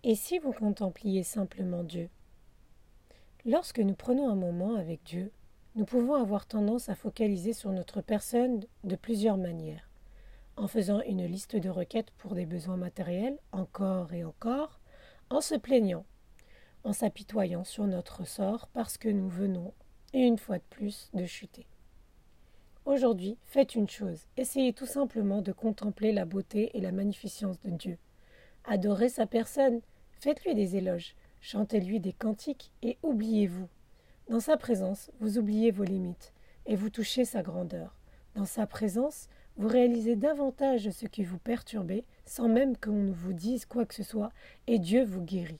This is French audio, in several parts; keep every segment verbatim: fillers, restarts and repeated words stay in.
Et si vous contempliez simplement Dieu? Lorsque nous prenons un moment avec Dieu, nous pouvons avoir tendance à focaliser sur notre personne de plusieurs manières. En faisant une liste de requêtes pour des besoins matériels, encore et encore, en se plaignant, en s'apitoyant sur notre sort parce que nous venons, une fois de plus, de chuter. Aujourd'hui, faites une chose, essayez tout simplement de contempler la beauté et la magnificence de Dieu. Adorez sa personne, faites-lui des éloges, chantez-lui des cantiques et oubliez-vous. Dans sa présence, vous oubliez vos limites et vous touchez sa grandeur. Dans sa présence, vous réalisez davantage ce qui vous perturbait sans même qu'on vous dise quoi que ce soit et Dieu vous guérit.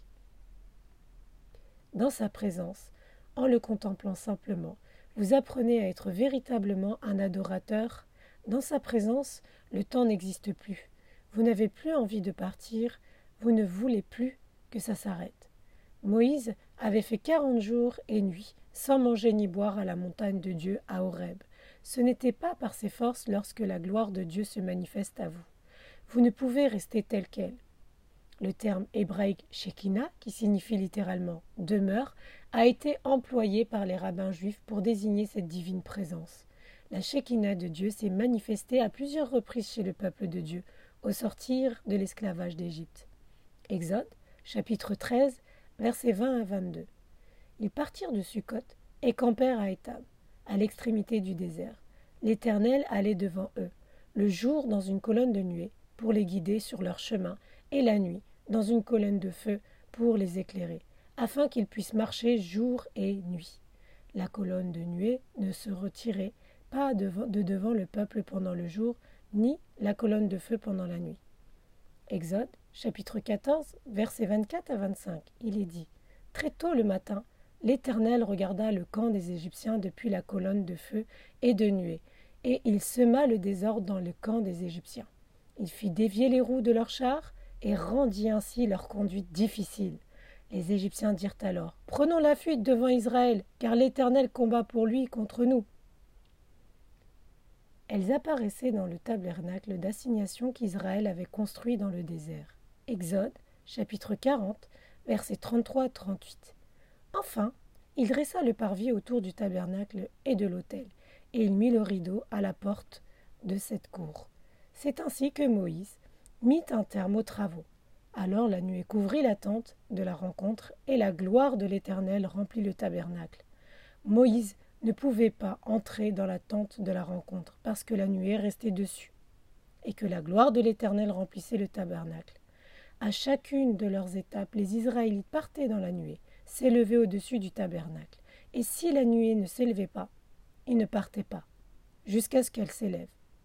Dans sa présence, en le contemplant simplement, vous apprenez à être véritablement un adorateur. Dans sa présence, le temps n'existe plus. Vous n'avez plus envie de partir, vous ne voulez plus que ça s'arrête. Moïse avait fait quarante jours et nuits sans manger ni boire à la montagne de Dieu à Horeb. Ce n'était pas par ses forces lorsque la gloire de Dieu se manifeste à vous. Vous ne pouvez rester tel quel. Le terme hébraïque Shekinah, qui signifie littéralement « demeure », a été employé par les rabbins juifs pour désigner cette divine présence. La Shekinah de Dieu s'est manifestée à plusieurs reprises chez le peuple de Dieu, au sortir de l'esclavage d'Égypte. Exode, chapitre treize, versets vingt à vingt-deux. Ils partirent de Sukkot et campèrent à Étam, à l'extrémité du désert. L'Éternel allait devant eux, le jour dans une colonne de nuée, pour les guider sur leur chemin, et la nuit dans une colonne de feu pour les éclairer, afin qu'ils puissent marcher jour et nuit. La colonne de nuée ne se retirait pas de devant le peuple pendant le jour, ni la colonne de feu pendant la nuit. Exode, chapitre quatorze, versets vingt-quatre à vingt-cinq, il est dit « Très tôt le matin, l'Éternel regarda le camp des Égyptiens depuis la colonne de feu et de nuée, et il sema le désordre dans le camp des Égyptiens. Il fit dévier les roues de leurs chars et rendit ainsi leur conduite difficile. Les Égyptiens dirent alors « Prenons la fuite devant Israël, car l'Éternel combat pour lui contre nous. » Elles apparaissaient dans le tabernacle d'assignation qu'Israël avait construit dans le désert. Exode, chapitre quarante, versets trente-trois à trente-huit. Enfin, il dressa le parvis autour du tabernacle et de l'autel, et il mit le rideau à la porte de cette cour. C'est ainsi que Moïse mit un terme aux travaux. Alors la nuée couvrit la tente de la rencontre, et la gloire de l'Éternel remplit le tabernacle. Moïse ne pouvait pas entrer dans la tente de la rencontre, parce que la nuée restait dessus, et que la gloire de l'Éternel remplissait le tabernacle. À chacune de leurs étapes, les Israélites partaient dans la nuée, s'élevaient au-dessus du tabernacle. Et si la nuée ne s'élevait pas, ils ne partaient pas, jusqu'à ce qu'elle s'élève.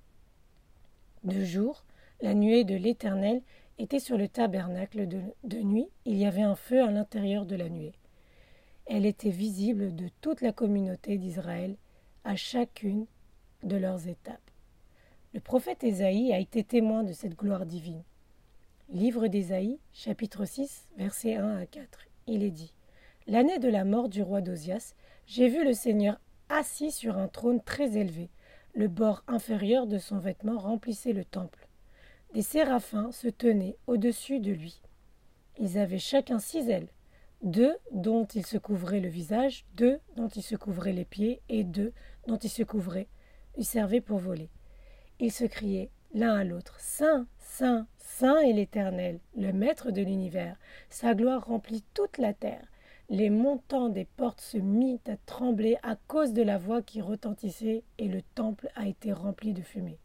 De jour, la nuée de l'Éternel était sur le tabernacle. De, de nuit, il y avait un feu à l'intérieur de la nuée. Elle était visible de toute la communauté d'Israël à chacune de leurs étapes. Le prophète Ésaïe a été témoin de cette gloire divine. Livre d'Ésaïe, chapitre six, versets un à quatre. Il est dit « L'année de la mort du roi d'Ozias, j'ai vu le Seigneur assis sur un trône très élevé. Le bord inférieur de son vêtement remplissait le temple. Des séraphins se tenaient au-dessus de lui. Ils avaient chacun six ailes, deux dont ils se couvraient le visage, deux dont ils se couvraient les pieds et deux dont ils se couvraient, ils servaient pour voler. Ils se criaient l'un à l'autre « Saint, Saint, Saint est l'Éternel, le Maître de l'univers. Sa gloire remplit toute la terre. » Les montants des portes se mit à trembler à cause de la voix qui retentissait et le temple a été rempli de fumée.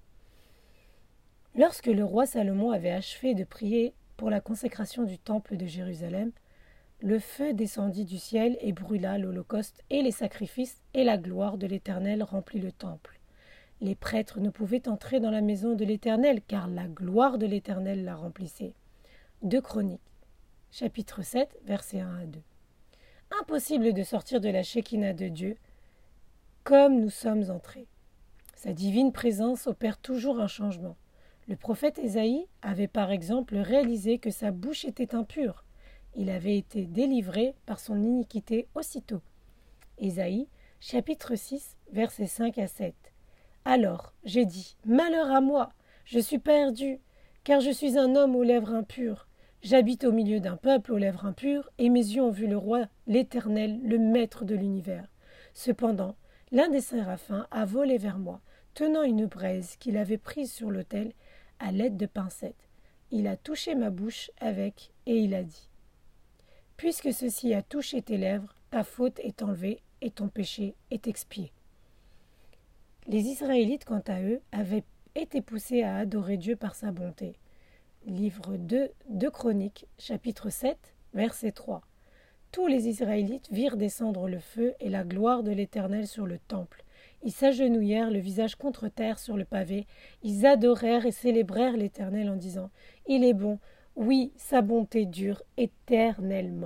Lorsque le roi Salomon avait achevé de prier pour la consécration du temple de Jérusalem, le feu descendit du ciel et brûla l'holocauste et les sacrifices, et la gloire de l'Éternel remplit le temple. Les prêtres ne pouvaient entrer dans la maison de l'Éternel, car la gloire de l'Éternel la remplissait. Deux Chroniques, chapitre sept, versets un à deux. Impossible de sortir de la Shekinah de Dieu comme nous sommes entrés. Sa divine présence opère toujours un changement. Le prophète Ésaïe avait par exemple réalisé que sa bouche était impure. Il avait été délivré par son iniquité aussitôt. Ésaïe, chapitre six, versets cinq à sept. Alors j'ai dit, malheur à moi, je suis perdu, car je suis un homme aux lèvres impures. J'habite au milieu d'un peuple aux lèvres impures, et mes yeux ont vu le roi, l'Éternel, le maître de l'univers. Cependant, l'un des séraphins a volé vers moi, tenant une braise qu'il avait prise sur l'autel à l'aide de pincettes. Il a touché ma bouche avec, et il a dit « Puisque ceci a touché tes lèvres, ta faute est enlevée et ton péché est expié. » Les Israélites, quant à eux, avaient été poussés à adorer Dieu par sa bonté. Livre deux de Chroniques, chapitre sept, verset trois. Tous les Israélites virent descendre le feu et la gloire de l'Éternel sur le temple. Ils s'agenouillèrent, le visage contre terre sur le pavé. Ils adorèrent et célébrèrent l'Éternel en disant « Il est bon, oui, sa bonté dure éternellement. »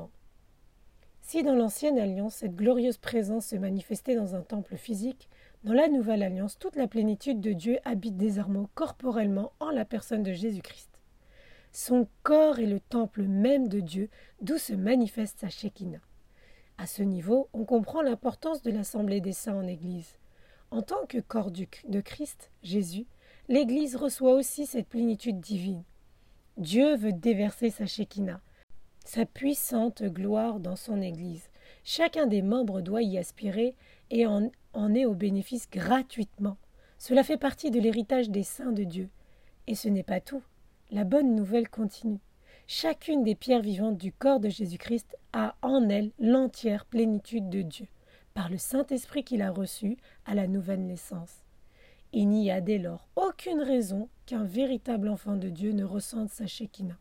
Si dans l'ancienne alliance, cette glorieuse présence se manifestait dans un temple physique, dans la nouvelle alliance, toute la plénitude de Dieu habite désormais corporellement en la personne de Jésus-Christ. Son corps est le temple même de Dieu, d'où se manifeste sa Shekinah. À ce niveau, on comprend l'importance de l'assemblée des saints en Église. En tant que corps de Christ, Jésus, l'Église reçoit aussi cette plénitude divine. Dieu veut déverser sa Shekinah, sa puissante gloire dans son Église. Chacun des membres doit y aspirer et en, en est au bénéfice gratuitement. Cela fait partie de l'héritage des saints de Dieu. Et ce n'est pas tout. La bonne nouvelle continue. Chacune des pierres vivantes du corps de Jésus-Christ a en elle l'entière plénitude de Dieu, par le Saint-Esprit qu'il a reçu à la nouvelle naissance. Il n'y a dès lors aucune raison qu'un véritable enfant de Dieu ne ressente sa Shekinah.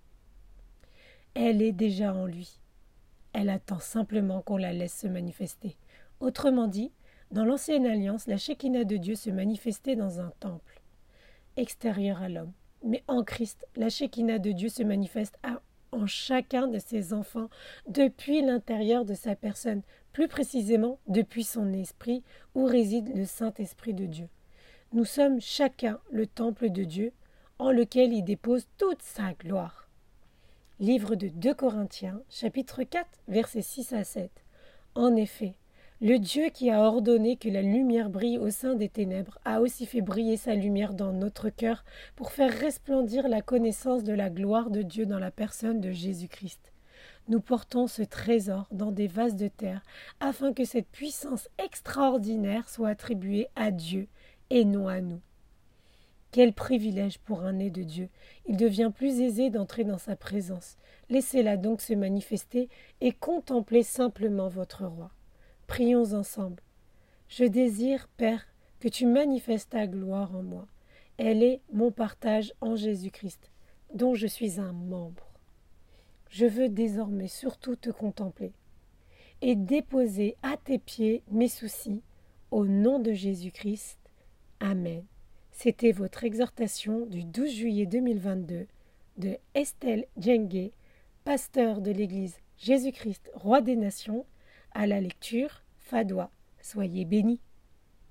Elle est déjà en lui. Elle attend simplement qu'on la laisse se manifester. Autrement dit, dans l'ancienne alliance, la Shekinah de Dieu se manifestait dans un temple, extérieur à l'homme. Mais en Christ, la Shekinah de Dieu se manifeste à, en chacun de ses enfants depuis l'intérieur de sa personne, plus précisément depuis son esprit où réside le Saint-Esprit de Dieu. Nous sommes chacun le temple de Dieu en lequel il dépose toute sa gloire. Livre de deux Corinthiens, chapitre quatre, versets six à sept. En effet, le Dieu qui a ordonné que la lumière brille au sein des ténèbres a aussi fait briller sa lumière dans notre cœur pour faire resplendir la connaissance de la gloire de Dieu dans la personne de Jésus-Christ. Nous portons ce trésor dans des vases de terre afin que cette puissance extraordinaire soit attribuée à Dieu et non à nous. Quel privilège pour un né de Dieu! Il devient plus aisé d'entrer dans sa présence. Laissez-la donc se manifester et contemplez simplement votre roi. Prions ensemble. Je désire, Père, que tu manifestes ta gloire en moi. Elle est mon partage en Jésus-Christ, dont je suis un membre. Je veux désormais surtout te contempler et déposer à tes pieds mes soucis, au nom de Jésus-Christ. Amen. C'était votre exhortation du douze juillet deux mille vingt-deux de Estelle Djengue, pasteur de l'Église Jésus-Christ, Roi des Nations, à la lecture Fadoua. Soyez bénis.